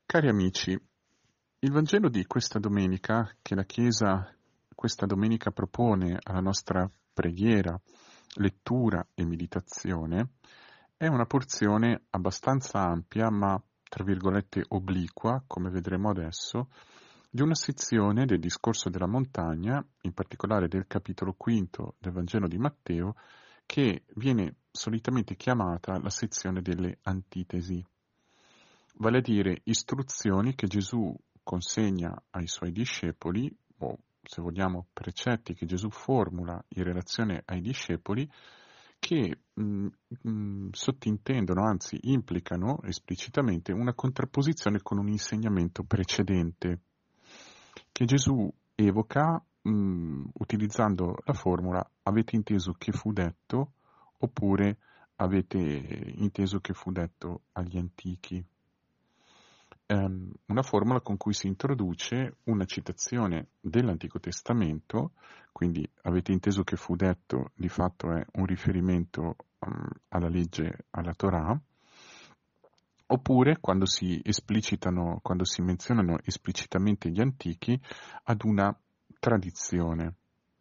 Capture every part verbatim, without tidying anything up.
Cari amici, il Vangelo di questa domenica, che la Chiesa questa domenica propone alla nostra preghiera, lettura e meditazione, è una porzione abbastanza ampia, ma tra virgolette obliqua, come vedremo adesso, di una sezione del discorso della montagna, in particolare del capitolo quinto del Vangelo di Matteo, che viene solitamente chiamata la sezione delle antitesi, vale a dire istruzioni che Gesù consegna ai suoi discepoli, o se vogliamo precetti che Gesù formula in relazione ai discepoli, che mh, mh, sottintendono, anzi implicano esplicitamente una contrapposizione con un insegnamento precedente, che Gesù evoca mh, utilizzando la formula avete inteso che fu detto, oppure avete inteso che fu detto agli antichi. Um, una formula con cui si introduce una citazione dell'Antico Testamento, quindi avete inteso che fu detto, di fatto è un riferimento um, alla legge, alla Torah, oppure quando si esplicitano, quando si menzionano esplicitamente gli antichi, ad una tradizione.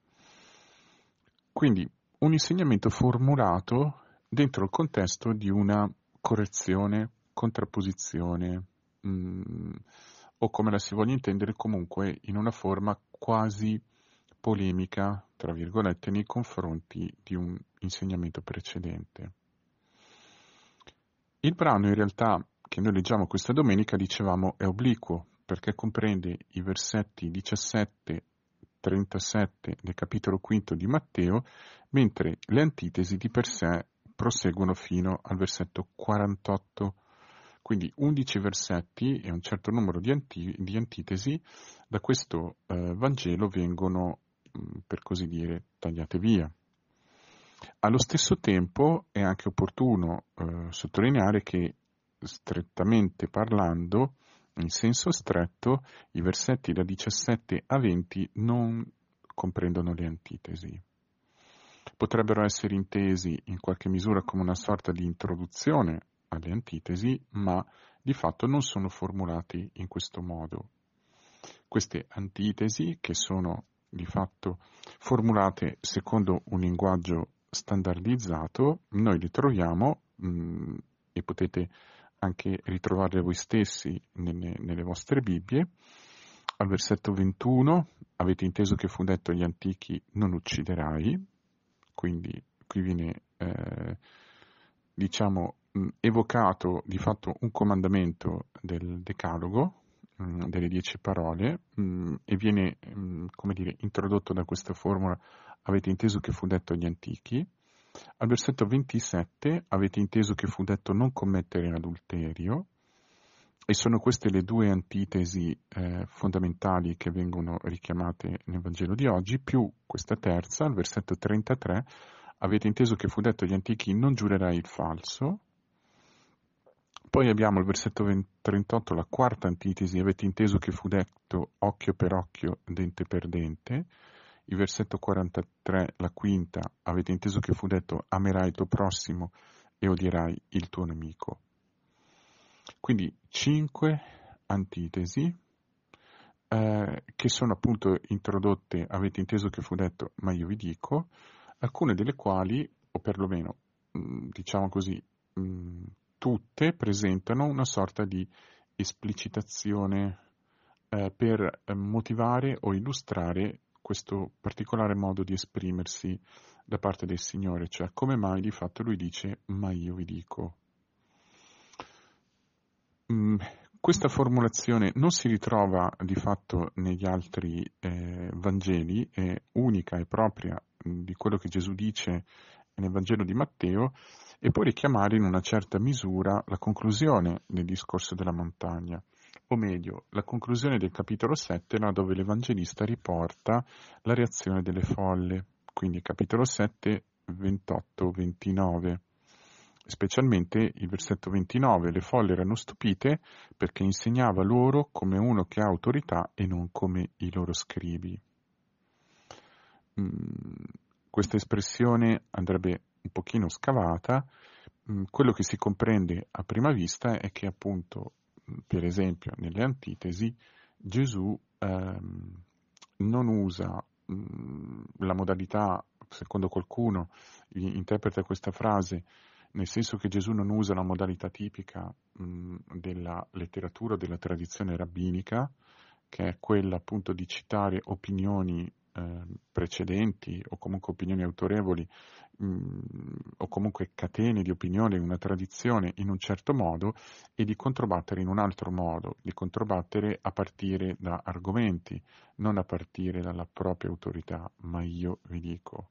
Quindi un insegnamento formulato dentro il contesto di una correzione, contrapposizione, mh, o come la si voglia intendere, comunque in una forma quasi polemica, tra virgolette, nei confronti di un insegnamento precedente. Il brano in realtà che noi leggiamo questa domenica, dicevamo, è obliquo, perché comprende i versetti diciassette trentasette del capitolo quinto di Matteo, mentre le antitesi di per sé proseguono fino al versetto quarantotto. Quindi undici versetti e un certo numero di, anti- di antitesi da questo eh, Vangelo vengono, mh, per così dire, tagliate via. Allo stesso tempo è anche opportuno eh, sottolineare che, strettamente parlando, in senso stretto, i versetti da diciassette a venti non comprendono le antitesi. Potrebbero essere intesi in qualche misura come una sorta di introduzione alle antitesi, ma di fatto non sono formulati in questo modo. Queste antitesi, che sono di fatto formulate secondo un linguaggio standardizzato, noi li troviamo mh, e potete anche ritrovarle voi stessi nelle, nelle vostre Bibbie. Al versetto ventuno avete inteso che fu detto agli antichi non ucciderai, quindi qui viene eh, diciamo mh, evocato di fatto un comandamento del Decalogo, mh, delle dieci parole, mh, e viene mh, come dire introdotto da questa formula avete inteso che fu detto agli antichi. Al versetto ventisette avete inteso che fu detto non commettere adulterio, e sono queste le due antitesi eh, fondamentali che vengono richiamate nel Vangelo di oggi, più questa terza, al versetto trentatré, avete inteso che fu detto agli antichi non giurerai il falso. Poi abbiamo il versetto trentotto, la quarta antitesi, avete inteso che fu detto occhio per occhio, dente per dente. Il versetto quarantatré, la quinta, avete inteso che fu detto amerai il tuo prossimo e odierai il tuo nemico. Quindi cinque antitesi eh, che sono appunto introdotte, avete inteso che fu detto, ma io vi dico, alcune delle quali, o perlomeno, mh, diciamo così, mh, tutte presentano una sorta di esplicitazione eh, per eh, motivare o illustrare questo particolare modo di esprimersi da parte del Signore, cioè come mai di fatto lui dice ma io vi dico. Mm, questa formulazione non si ritrova di fatto negli altri eh, Vangeli, è unica e propria mh, di quello che Gesù dice nel Vangelo di Matteo, e può richiamare in una certa misura la conclusione del discorso della montagna, o meglio, la conclusione del capitolo sette, là dove l'Evangelista riporta la reazione delle folle, quindi capitolo sette, ventotto ventinove. Specialmente il versetto ventinove, le folle erano stupite perché insegnava loro come uno che ha autorità e non come i loro scribi. Mm, questa espressione andrebbe un pochino scavata. Mm, quello che si comprende a prima vista è che appunto per esempio, nelle antitesi, Gesù ehm, non usa mh, la modalità, secondo qualcuno, interpreta questa frase, nel senso che Gesù non usa la modalità tipica mh, della letteratura o della tradizione rabbinica, che è quella appunto di citare opinioni eh, precedenti o comunque opinioni autorevoli mh, o comunque catene di opinioni in una tradizione in un certo modo e di controbattere in un altro modo, di controbattere a partire da argomenti, non a partire dalla propria autorità, ma io vi dico.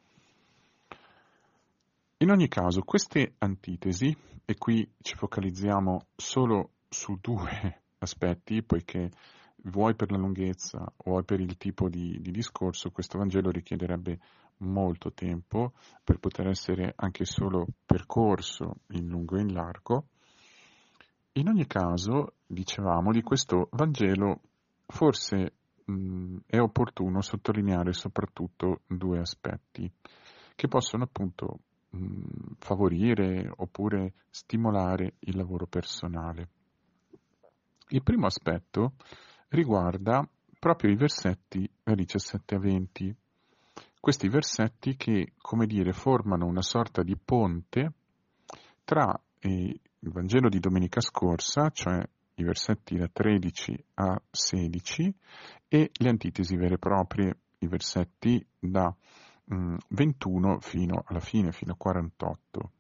In ogni caso, queste antitesi, e qui ci focalizziamo solo su due aspetti, poiché vuoi per la lunghezza, vuoi per il tipo di, di discorso, questo Vangelo richiederebbe molto tempo per poter essere anche solo percorso in lungo e in largo. In ogni caso, dicevamo, di questo Vangelo forse mh, è opportuno sottolineare soprattutto due aspetti che possono appunto mh, favorire oppure stimolare il lavoro personale. Il primo aspetto riguarda proprio i versetti da diciassette a venti. Questi versetti che, come dire, formano una sorta di ponte tra eh, il Vangelo di domenica scorsa, cioè i versetti da tredici a sedici, e le antitesi vere e proprie, i versetti da mh, ventuno fino alla fine, fino a quarantotto.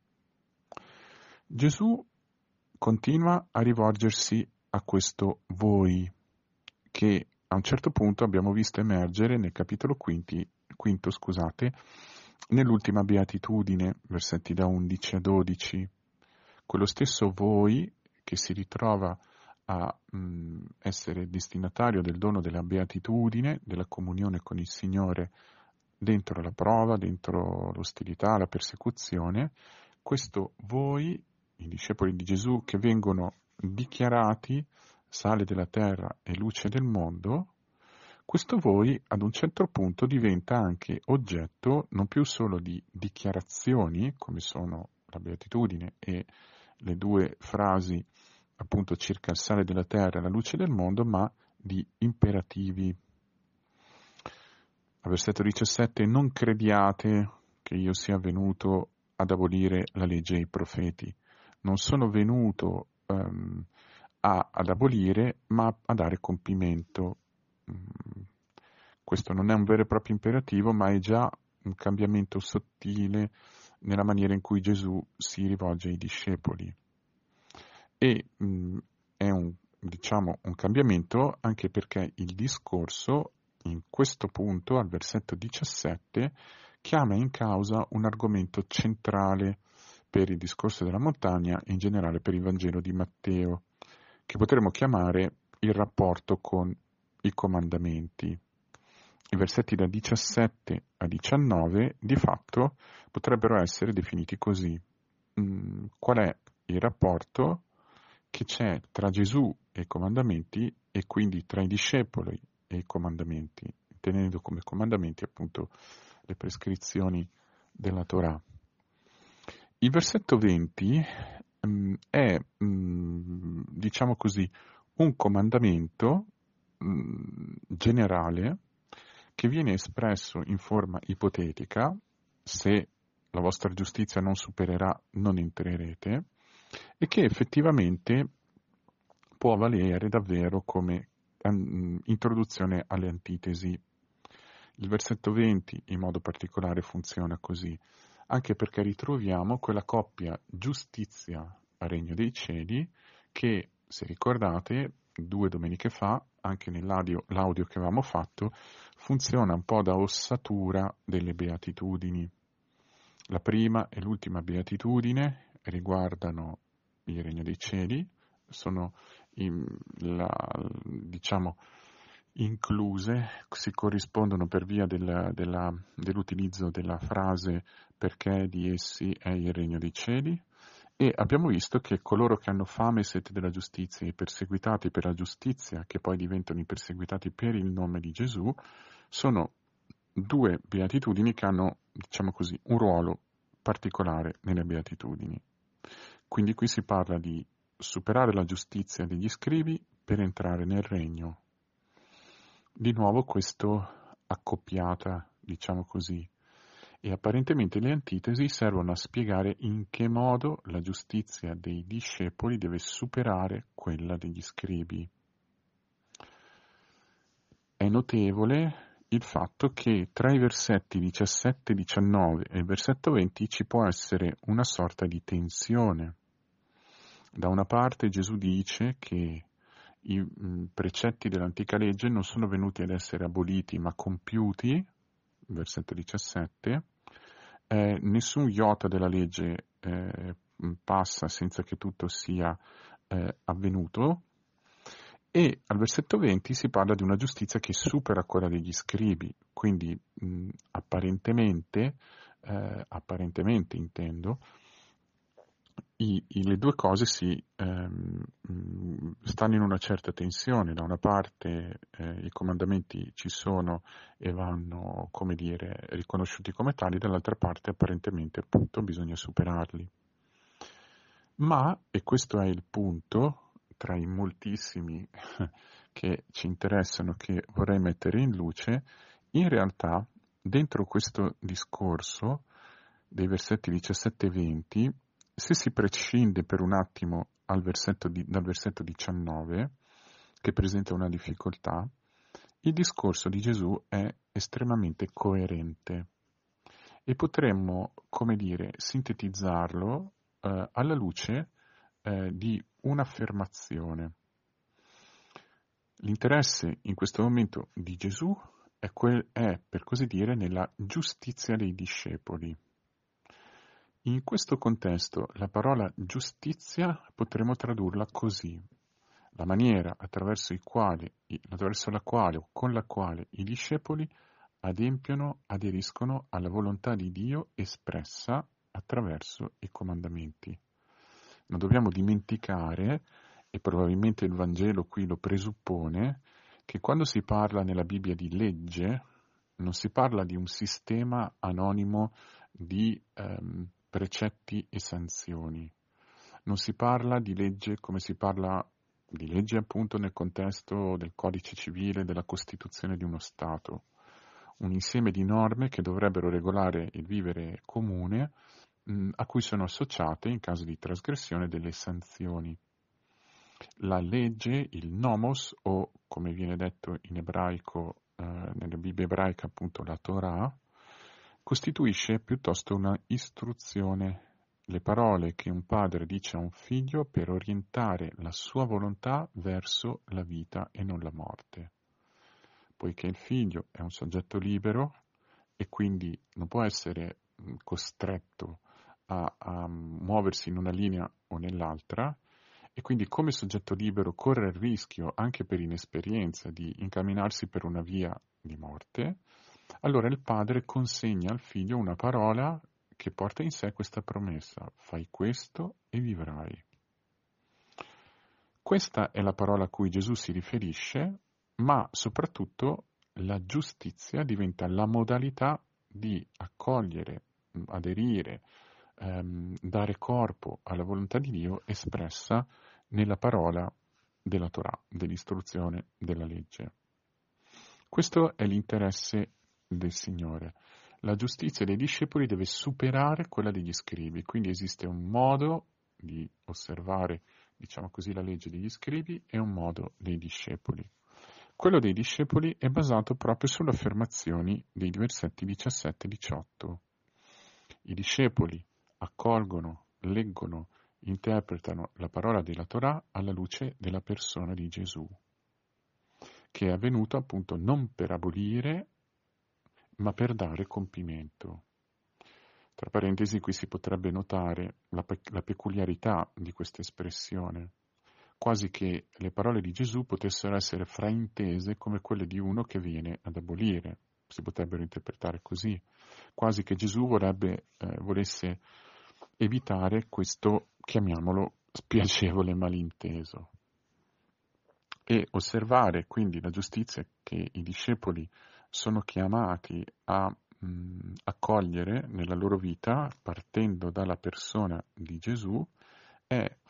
Gesù continua a rivolgersi a questo voi, che a un certo punto abbiamo visto emergere nel capitolo quinti, quinto, scusate, nell'ultima beatitudine, versetti da undici a dodici. Quello stesso voi che si ritrova a mh, essere destinatario del dono della beatitudine, della comunione con il Signore dentro la prova, dentro l'ostilità, la persecuzione, questo voi, i discepoli di Gesù, che vengono dichiarati sale della terra e luce del mondo, questo voi ad un certo punto diventa anche oggetto non più solo di dichiarazioni, come sono la beatitudine e le due frasi appunto circa il sale della terra e la luce del mondo, ma di imperativi. Al versetto diciassette, non crediate che io sia venuto ad abolire la legge e i profeti. Non sono venuto um, a, ad abolire, ma a dare compimento. Mm, questo non è un vero e proprio imperativo, ma è già un cambiamento sottile nella maniera in cui Gesù si rivolge ai discepoli. E mh, è un, diciamo, un cambiamento anche perché il discorso, in questo punto, al versetto diciassette, chiama in causa un argomento centrale per il discorso della montagna e in generale per il Vangelo di Matteo, che potremmo chiamare il rapporto con i comandamenti. I versetti da diciassette a diciannove, di fatto, potrebbero essere definiti così. Mm, qual è il rapporto che c'è tra Gesù e i comandamenti e quindi tra i discepoli e i comandamenti, tenendo come comandamenti appunto le prescrizioni della Torah. Il versetto venti mh, è, mh, diciamo così, un comandamento mh, generale che viene espresso in forma ipotetica: se la vostra giustizia non supererà, non entrerete, e che effettivamente può valere davvero come um, introduzione alle antitesi. Il versetto venti in modo particolare funziona così, anche perché ritroviamo quella coppia giustizia a regno dei cieli che, se ricordate, due domeniche fa, anche nell'audio l'audio che avevamo fatto, funziona un po' da ossatura delle beatitudini. La prima e l'ultima beatitudine riguardano il regno dei cieli, sono in, la, diciamo, incluse, si corrispondono per via della, della, dell'utilizzo della frase perché di essi è il regno dei cieli, e abbiamo visto che coloro che hanno fame e sete della giustizia, i perseguitati per la giustizia, che poi diventano i perseguitati per il nome di Gesù, sono due beatitudini che hanno, diciamo così, un ruolo particolare nelle beatitudini. Quindi qui si parla di superare la giustizia degli scribi per entrare nel regno. Di nuovo questo accoppiata, diciamo così, e apparentemente le antitesi servono a spiegare in che modo la giustizia dei discepoli deve superare quella degli scribi. È notevole il fatto che tra i versetti diciassette diciannove e il versetto venti ci può essere una sorta di tensione. Da una parte Gesù dice che i mh, precetti dell'antica legge non sono venuti ad essere aboliti ma compiuti, versetto diciassette, eh, nessun iota della legge eh, passa senza che tutto sia eh, avvenuto, e al versetto venti si parla di una giustizia che supera quella degli scribi, quindi mh, apparentemente, eh, apparentemente intendo, I, i, le due cose si ehm, mh, stanno in una certa tensione. Da una parte eh, i comandamenti ci sono e vanno, come dire, riconosciuti come tali, dall'altra parte apparentemente appunto bisogna superarli. Ma, e questo è il punto, tra i moltissimi che ci interessano, che vorrei mettere in luce, in realtà dentro questo discorso dei versetti diciassette e venti, se si prescinde per un attimo al versetto di, dal versetto diciannove, che presenta una difficoltà, il discorso di Gesù è estremamente coerente e potremmo, come dire, sintetizzarlo eh, alla luce eh, di un'affermazione. L'interesse in questo momento di Gesù è, quel, è, per così dire, nella giustizia dei discepoli. In questo contesto la parola giustizia potremmo tradurla così: la maniera attraverso, i quali, attraverso la quale o con la quale i discepoli adempiono, aderiscono alla volontà di Dio espressa attraverso i comandamenti. Non dobbiamo dimenticare, e probabilmente il Vangelo qui lo presuppone, che quando si parla nella Bibbia di legge, non si parla di un sistema anonimo di ehm, precetti e sanzioni. Non si parla di legge come si parla di legge appunto nel contesto del codice civile, della Costituzione di uno Stato. Un insieme di norme che dovrebbero regolare il vivere comune, mh, a cui sono associate, in caso di trasgressione, delle sanzioni. La legge, il nomos, o come viene detto in ebraico, eh, nella Bibbia ebraica appunto la Torah, costituisce piuttosto una istruzione, le parole che un padre dice a un figlio per orientare la sua volontà verso la vita e non la morte. Poiché il figlio è un soggetto libero e quindi non può essere costretto a, a muoversi in una linea o nell'altra, e quindi come soggetto libero corre il rischio, anche per inesperienza, di incamminarsi per una via di morte, allora il padre consegna al figlio una parola che porta in sé questa promessa: fai questo e vivrai. Questa è la parola a cui Gesù si riferisce, ma soprattutto la giustizia diventa la modalità di accogliere, aderire, ehm, dare corpo alla volontà di Dio espressa nella parola della Torah, dell'istruzione della legge. Questo è l'interesse del Signore. La giustizia dei discepoli deve superare quella degli scribi, quindi esiste un modo di osservare, diciamo così, la legge degli scribi e un modo dei discepoli. Quello dei discepoli è basato proprio sulle affermazioni dei versetti diciassette e diciotto. I discepoli accolgono, leggono, interpretano la parola della Torah alla luce della persona di Gesù, che è avvenuto appunto non per abolire, ma per dare compimento. Tra parentesi, qui si potrebbe notare la, pe- la peculiarità di questa espressione, quasi che le parole di Gesù potessero essere fraintese come quelle di uno che viene ad abolire. Si potrebbero interpretare così, quasi che Gesù vorrebbe, eh, volesse evitare questo, chiamiamolo, spiacevole malinteso. E osservare quindi la giustizia che i discepoli sono chiamati a mh, accogliere nella loro vita, partendo dalla persona di Gesù, è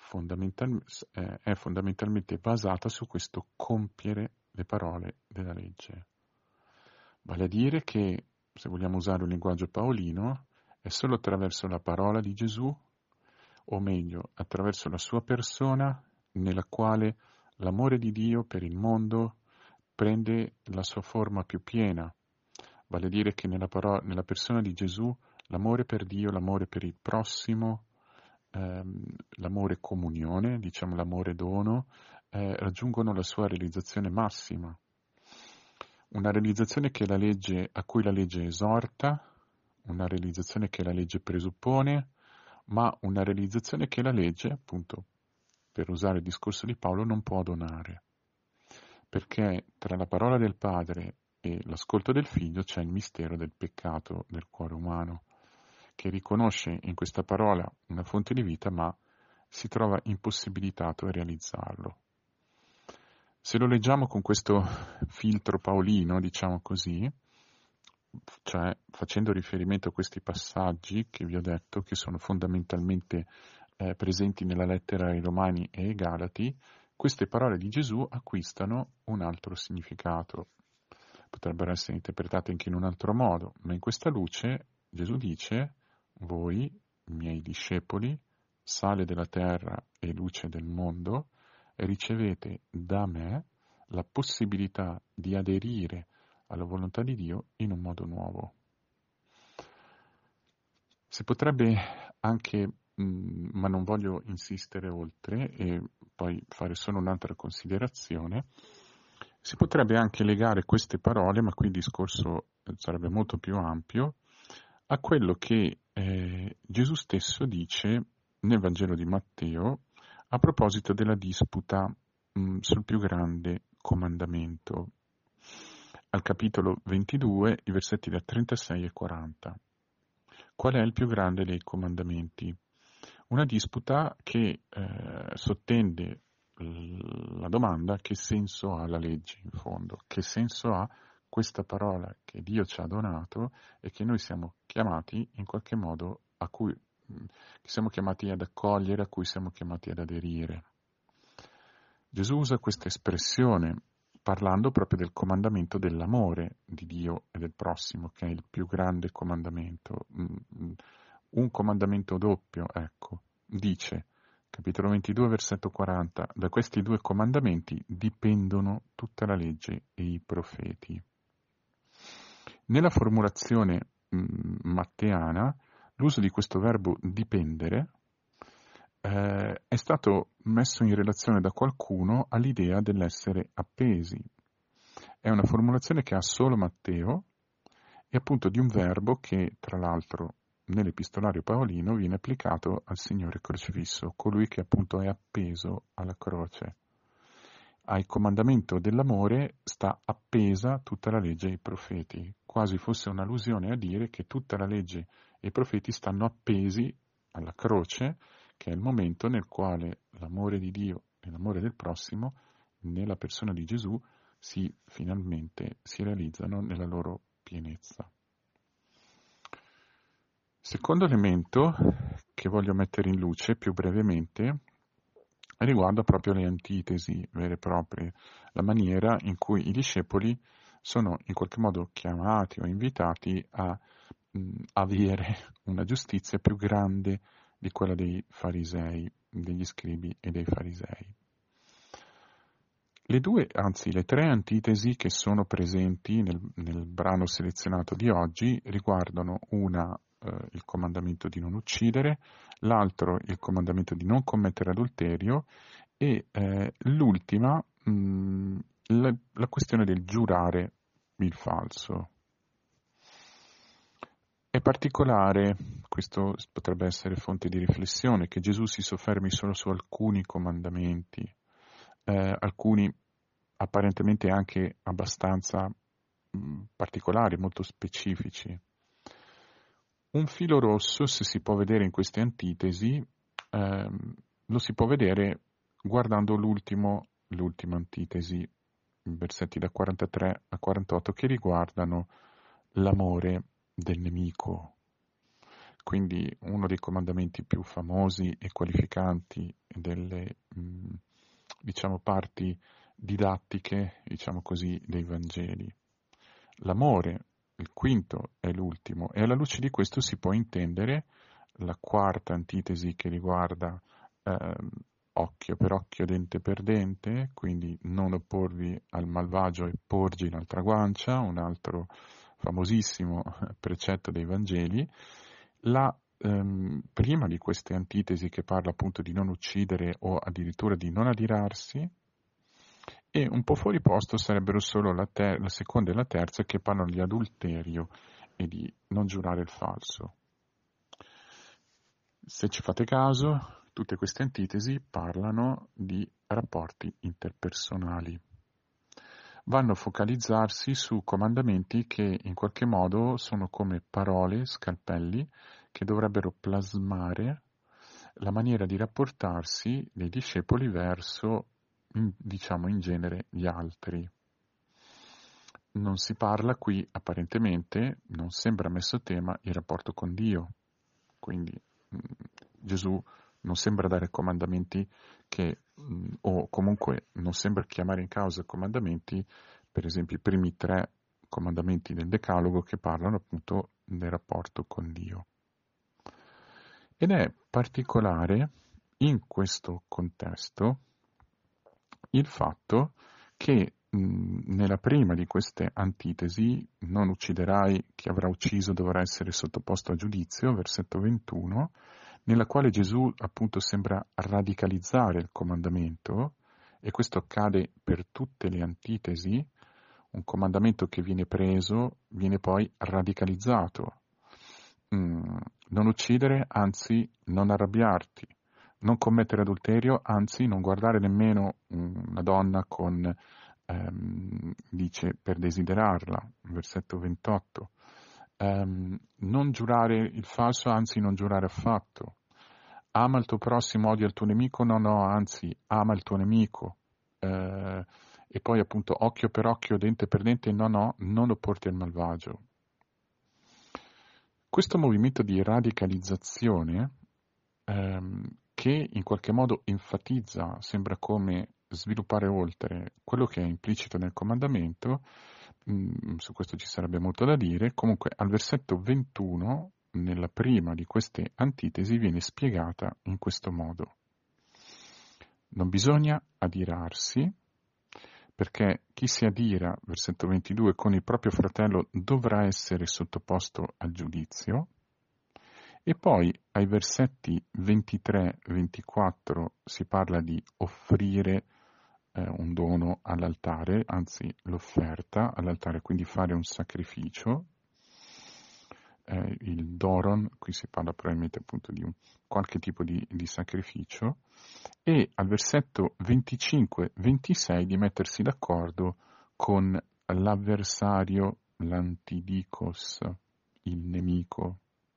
fondamental- eh, è fondamentalmente basata su questo compiere le parole della legge. Vale a dire che, se vogliamo usare un linguaggio paolino, è solo attraverso la parola di Gesù, o meglio, attraverso la sua persona, nella quale l'amore di Dio per il mondo prende la sua forma più piena. Vale a dire che nella, parola, nella persona di Gesù l'amore per Dio, l'amore per il prossimo, ehm, l'amore comunione, diciamo l'amore dono, eh, raggiungono la sua realizzazione massima. Una realizzazione che la legge, a cui la legge esorta, una realizzazione che la legge presuppone, ma una realizzazione che la legge, appunto, per usare il discorso di Paolo, non può donare. Perché tra la parola del Padre e l'ascolto del Figlio c'è il mistero del peccato del cuore umano, che riconosce in questa parola una fonte di vita, ma si trova impossibilitato a realizzarlo. Se lo leggiamo con questo filtro paolino, diciamo così, cioè facendo riferimento a questi passaggi che vi ho detto, che sono fondamentalmente eh, presenti nella lettera ai Romani e ai Galati, queste parole di Gesù acquistano un altro significato. Potrebbero essere interpretate anche in un altro modo, ma in questa luce Gesù dice: voi, miei discepoli, sale della terra e luce del mondo, ricevete da me la possibilità di aderire alla volontà di Dio in un modo nuovo. Si potrebbe anche, mh, ma non voglio insistere oltre e poi fare solo un'altra considerazione, si potrebbe anche legare queste parole, ma qui il discorso sarebbe molto più ampio, a quello che eh, Gesù stesso dice nel Vangelo di Matteo a proposito della disputa mh, sul più grande comandamento, al capitolo ventidue, i versetti da trentasei e quaranta. Qual è il più grande dei comandamenti? Una disputa che eh, sottende la domanda: che senso ha la legge in fondo? Che senso ha questa parola che Dio ci ha donato e che noi siamo chiamati in qualche modo a cui che siamo chiamati ad accogliere, a cui siamo chiamati ad aderire? Gesù usa questa espressione parlando proprio del comandamento dell'amore di Dio e del prossimo, che è il più grande comandamento. Un comandamento doppio, ecco. Dice, capitolo ventidue, versetto quaranta, da questi due comandamenti dipendono tutta la legge e i profeti. Nella formulazione mh, matteana, l'uso di questo verbo dipendere eh, è stato messo in relazione da qualcuno all'idea dell'essere appesi. È una formulazione che ha solo Matteo e appunto di un verbo che, tra l'altro, nell'epistolario paolino viene applicato al Signore crocifisso, colui che appunto è appeso alla croce. Al comandamento dell'amore sta appesa tutta la legge e i profeti, quasi fosse un'allusione a dire che tutta la legge e i profeti stanno appesi alla croce, che è il momento nel quale l'amore di Dio e l'amore del prossimo, nella persona di Gesù, si finalmente si realizzano nella loro pienezza. Secondo elemento che voglio mettere in luce più brevemente riguarda proprio le antitesi vere e proprie, la maniera in cui i discepoli sono in qualche modo chiamati o invitati a mh, avere una giustizia più grande di quella dei farisei, degli scribi e dei farisei. Le due, anzi le tre antitesi che sono presenti nel, nel brano selezionato di oggi riguardano una eh, il comandamento di non uccidere, l'altro il comandamento di non commettere adulterio e eh, l'ultima mh, la, la questione del giurare il falso. È particolare, questo potrebbe essere fonte di riflessione, che Gesù si soffermi solo su alcuni comandamenti, eh, alcuni apparentemente anche abbastanza mh, particolari, molto specifici. Un filo rosso, se si può vedere in queste antitesi, ehm, lo si può vedere guardando l'ultimo, l'ultima antitesi, versetti da quarantatré a quarantotto, che riguardano l'amore del nemico. quindi uno dei comandamenti più famosi e qualificanti delle, mh, diciamo, parti didattiche, diciamo così, dei Vangeli. L'amore, il quinto è l'ultimo, e alla luce di questo si può intendere la quarta antitesi che riguarda ehm, occhio per occhio, dente per dente, quindi non opporvi al malvagio e porgi l'altra guancia, un altro famosissimo precetto dei Vangeli. La ehm, prima di queste antitesi, che parla appunto di non uccidere o addirittura di non adirarsi, e un po' fuori posto sarebbero solo la, ter- la seconda e la terza, che parlano di adulterio e di non giurare il falso. Se ci fate caso, tutte queste antitesi parlano di rapporti interpersonali. Vanno a focalizzarsi su comandamenti che in qualche modo sono come parole, scalpelli, che dovrebbero plasmare la maniera di rapportarsi dei discepoli verso, diciamo in genere, gli altri. Non si parla qui, apparentemente, non sembra messo a tema il rapporto con Dio. Quindi mh, Gesù non sembra dare comandamenti che, mh, o comunque non sembra chiamare in causa comandamenti, per esempio i primi tre comandamenti del Decalogo, che parlano appunto del rapporto con Dio. Ed è particolare in questo contesto il fatto che mh, nella prima di queste antitesi, non ucciderai, chi avrà ucciso dovrà essere sottoposto a giudizio, versetto ventuno, nella quale Gesù appunto sembra radicalizzare il comandamento, e questo accade per tutte le antitesi. Un comandamento che viene preso viene poi radicalizzato. Mm, non uccidere, anzi non arrabbiarti. Non commettere adulterio, anzi non guardare nemmeno una donna con, ehm, dice, per desiderarla, versetto ventotto. Ehm, non giurare il falso, anzi non giurare affatto. Ama il tuo prossimo, odia il tuo nemico, no, no, anzi ama il tuo nemico. Eh, e poi appunto occhio per occhio, dente per dente, no, no, non opporti al malvagio. Questo movimento di radicalizzazione, ehm, che in qualche modo enfatizza, sembra come sviluppare oltre quello che è implicito nel comandamento, mh, su questo ci sarebbe molto da dire. Comunque al versetto ventuno, nella prima di queste antitesi, viene spiegata in questo modo. Non bisogna adirarsi, perché chi si adira, versetto ventidue, con il proprio fratello dovrà essere sottoposto al giudizio. E poi ai versetti ventitré ventiquattro si parla di offrire eh, un dono all'altare, anzi l'offerta all'altare, quindi fare un sacrificio. Eh, il doron, qui si parla probabilmente appunto di un, qualche tipo di, di sacrificio, e al versetto venticinque ventisei di mettersi d'accordo con l'avversario, l'antidikos, il nemico.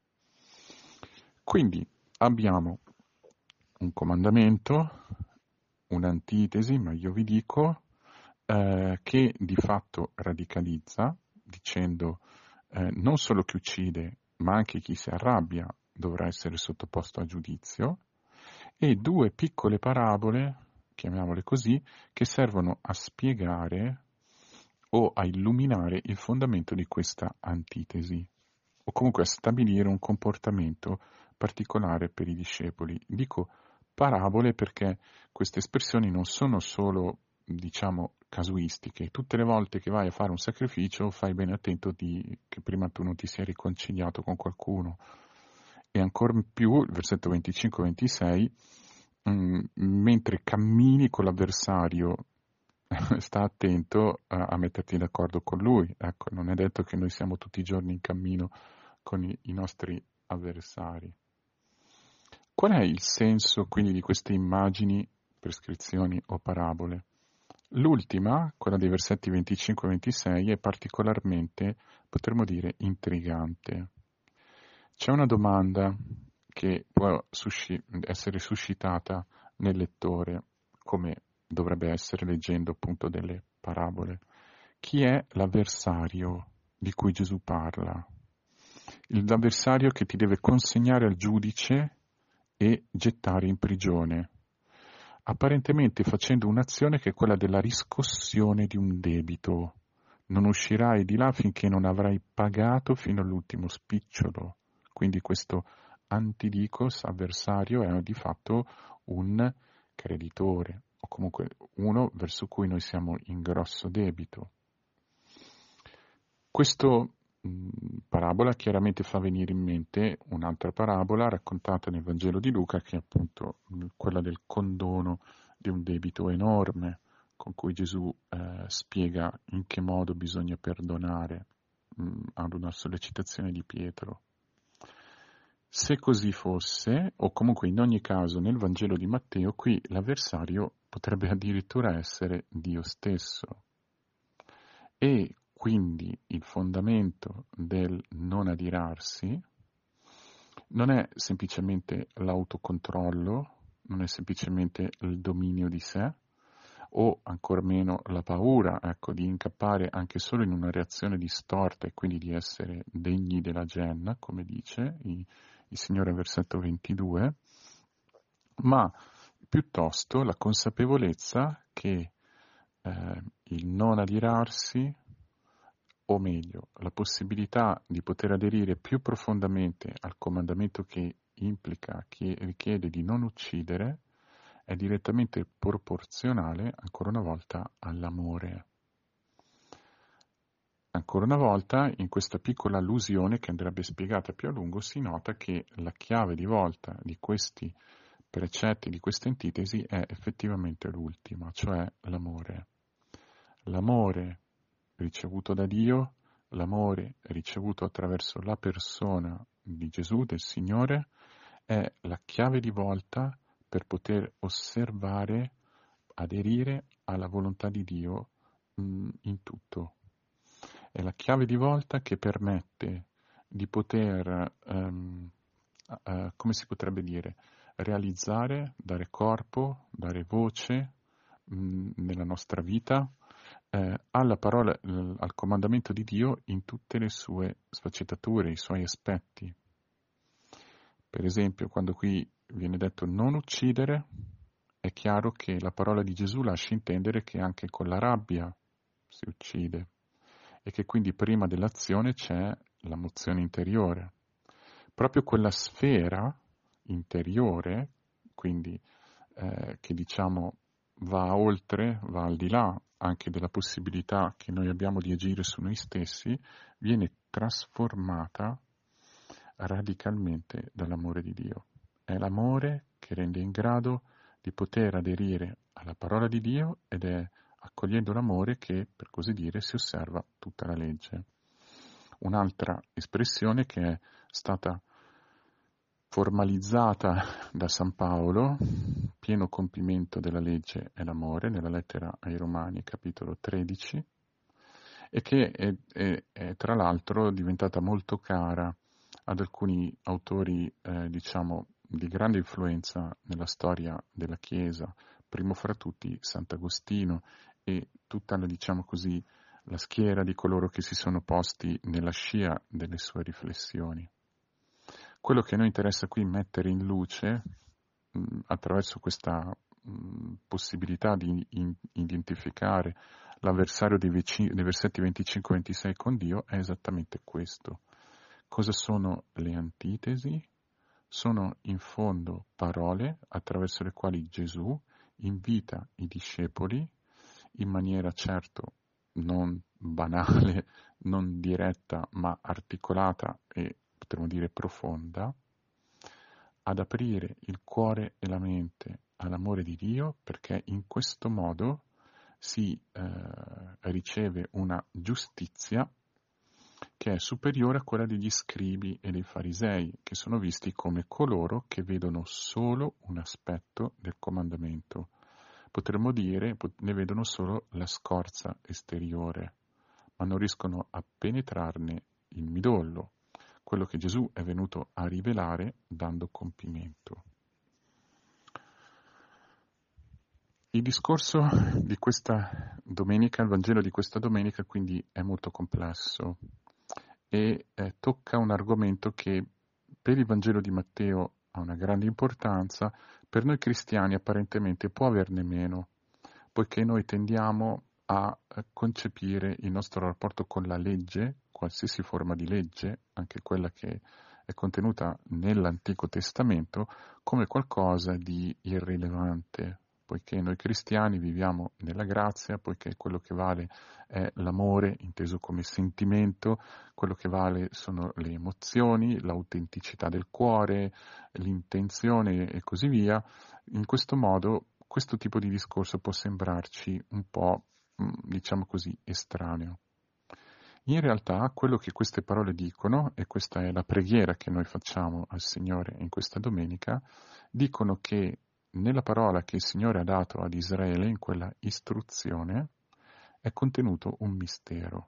Quindi abbiamo un comandamento, un'antitesi, ma io vi dico, eh, che di fatto radicalizza, dicendo eh, non solo chi uccide, ma anche chi si arrabbia dovrà essere sottoposto a giudizio, e due piccole parabole, chiamiamole così, che servono a spiegare o a illuminare il fondamento di questa antitesi, o comunque a stabilire un comportamento particolare per i discepoli. Dico parabole perché queste espressioni non sono solo, diciamo, casuistiche. Tutte le volte che vai a fare un sacrificio fai bene attento di, che prima tu non ti sia riconciliato con qualcuno. E ancora più, il versetto venticinque ventisei, mh, mentre cammini con l'avversario, sta attento a, a metterti d'accordo con lui. Ecco, non è detto che noi siamo tutti i giorni in cammino con i, i nostri avversari. Qual è il senso quindi di queste immagini, prescrizioni o parabole? L'ultima, quella dei versetti venticinque ventisei, è particolarmente, potremmo dire, intrigante. C'è una domanda che può susci- essere suscitata nel lettore, come dovrebbe essere leggendo appunto delle parabole. Chi è l'avversario di cui Gesù parla? l'avversario che ti deve consegnare al giudice e gettare in prigione, apparentemente facendo un'azione che è quella della riscossione di un debito. Non uscirai di là finché non avrai pagato fino all'ultimo spicciolo. Quindi questo antidicos, avversario, è di fatto un creditore, o comunque uno verso cui noi siamo in grosso debito. Questa parabola chiaramente fa venire in mente un'altra parabola raccontata nel Vangelo di Luca, che è appunto quella del condono di un debito enorme, con cui Gesù eh, spiega in che modo bisogna perdonare mh, ad una sollecitazione di Pietro. Se così fosse, o comunque in ogni caso nel Vangelo di Matteo, qui l'avversario potrebbe addirittura essere Dio stesso. E quindi il fondamento del non adirarsi non è semplicemente l'autocontrollo, non è semplicemente il dominio di sé, o ancor meno la paura, ecco, di incappare anche solo in una reazione distorta e quindi di essere degni della genna, come dice il, il Signore versetto ventidue, ma piuttosto la consapevolezza che eh, il non adirarsi, o meglio, la possibilità di poter aderire più profondamente al comandamento che implica, che richiede di non uccidere, è direttamente proporzionale, ancora una volta, all'amore. Ancora una volta, in questa piccola allusione che andrebbe spiegata più a lungo, si nota che la chiave di volta di questi precetti, di queste antitesi, è effettivamente l'ultima, cioè l'amore. L'amore ricevuto da Dio, l'amore ricevuto attraverso la persona di Gesù, del Signore, è la chiave di volta per poter osservare, aderire alla volontà di Dio mh, in tutto. È la chiave di volta che permette di poter, um, uh, come si potrebbe dire, realizzare, dare corpo, dare voce mh, nella nostra vita eh, alla parola, eh, al comandamento di Dio in tutte le sue sfaccettature, i suoi aspetti. Per esempio, quando qui viene detto non uccidere, è chiaro che la parola di Gesù lascia intendere che anche con la rabbia si uccide e che quindi prima dell'azione c'è la mozione interiore. Proprio quella sfera interiore, quindi eh, che diciamo va oltre, va al di là anche della possibilità che noi abbiamo di agire su noi stessi, viene trasformata radicalmente dall'amore di Dio. È l'amore che rende in grado di poter aderire alla parola di Dio ed è accogliendo l'amore che, per così dire, si osserva tutta la legge. Un'altra espressione che è stata formalizzata da San Paolo, pieno compimento della legge è l'amore, nella lettera ai Romani, capitolo tredici, e che è, è, è tra l'altro diventata molto cara ad alcuni autori, eh, diciamo, di grande influenza nella storia della Chiesa, primo fra tutti Sant'Agostino e tutta la, diciamo così, la schiera di coloro che si sono posti nella scia delle sue riflessioni. Quello che a noi interessa qui mettere in luce, mh, attraverso questa mh, possibilità di in, identificare l'avversario dei, veci, dei versetti venticinque ventisei con Dio, è esattamente questo. Cosa sono le antitesi? Sono in fondo parole attraverso le quali Gesù invita i discepoli in maniera certo non banale, non diretta, ma articolata e potremmo dire profonda, ad aprire il cuore e la mente all'amore di Dio, perché in questo modo si eh, riceve una giustizia che è superiore a quella degli scribi e dei farisei, che sono visti come coloro che vedono solo un aspetto del comandamento. Potremmo dire, ne vedono solo la scorza esteriore, ma non riescono a penetrarne il midollo, quello che Gesù è venuto a rivelare dando compimento. Il discorso di questa domenica, il Vangelo di questa domenica, quindi è molto complesso e eh, tocca un argomento che per il Vangelo di Matteo ha una grande importanza, per noi cristiani apparentemente può averne meno, poiché noi tendiamo a eh, concepire il nostro rapporto con la legge, qualsiasi forma di legge, anche quella che è contenuta nell'Antico Testamento, come qualcosa di irrilevante, poiché noi cristiani viviamo nella grazia, poiché quello che vale è l'amore inteso come sentimento, quello che vale sono le emozioni, l'autenticità del cuore, l'intenzione e così via. In questo modo questo tipo di discorso può sembrarci un po', diciamo così, estraneo. In realtà quello che queste parole dicono, e questa è la preghiera che noi facciamo al Signore in questa domenica, dicono che nella parola che il Signore ha dato ad Israele, in quella istruzione, è contenuto un mistero.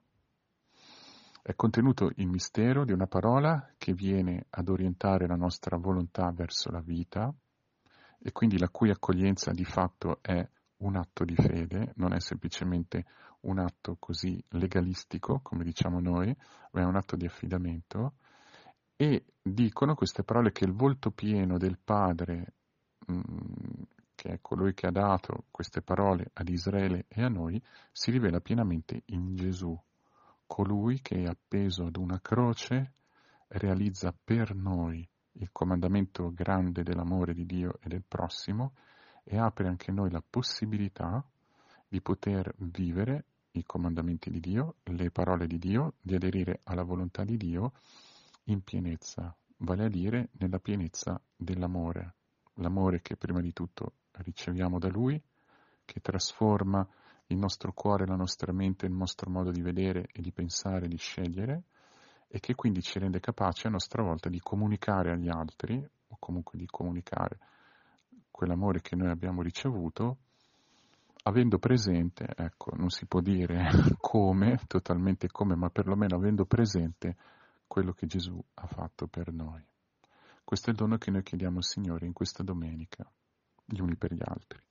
È contenuto il mistero di una parola che viene ad orientare la nostra volontà verso la vita e quindi la cui accoglienza di fatto è un atto di fede, non è semplicemente un atto così legalistico, come diciamo noi, ma è un atto di affidamento. E dicono queste parole che il volto pieno del Padre, mh, che è colui che ha dato queste parole ad Israele e a noi, si rivela pienamente in Gesù, colui che è appeso ad una croce realizza per noi il comandamento grande dell'amore di Dio e del prossimo e apre anche noi la possibilità di poter vivere i comandamenti di Dio, le parole di Dio, di aderire alla volontà di Dio in pienezza, vale a dire nella pienezza dell'amore, l'amore che prima di tutto riceviamo da Lui, che trasforma il nostro cuore, la nostra mente, il nostro modo di vedere e di pensare, di scegliere, e che quindi ci rende capaci a nostra volta di comunicare agli altri, o comunque di comunicare quell'amore che noi abbiamo ricevuto, avendo presente, ecco, non si può dire come, totalmente come, ma perlomeno avendo presente quello che Gesù ha fatto per noi. Questo è il dono che noi chiediamo al Signore in questa domenica, gli uni per gli altri.